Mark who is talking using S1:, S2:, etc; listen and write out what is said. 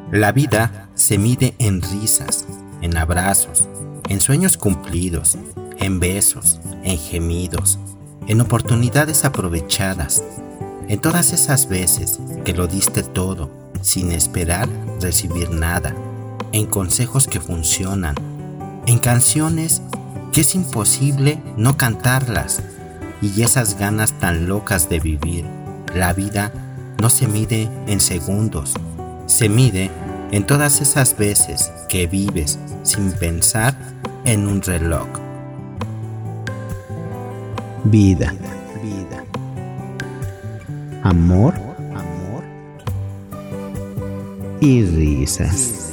S1: La vida se mide en risas, en abrazos, en sueños cumplidos, en besos, en gemidos, en oportunidades aprovechadas, en todas esas veces que lo diste todo sin esperar recibir nada, en consejos que funcionan, en canciones que es imposible no cantarlas y esas ganas tan locas de vivir. La vida no se mide en segundos, se mide en todas esas veces que vives sin pensar en un reloj.
S2: Vida, amor y risas.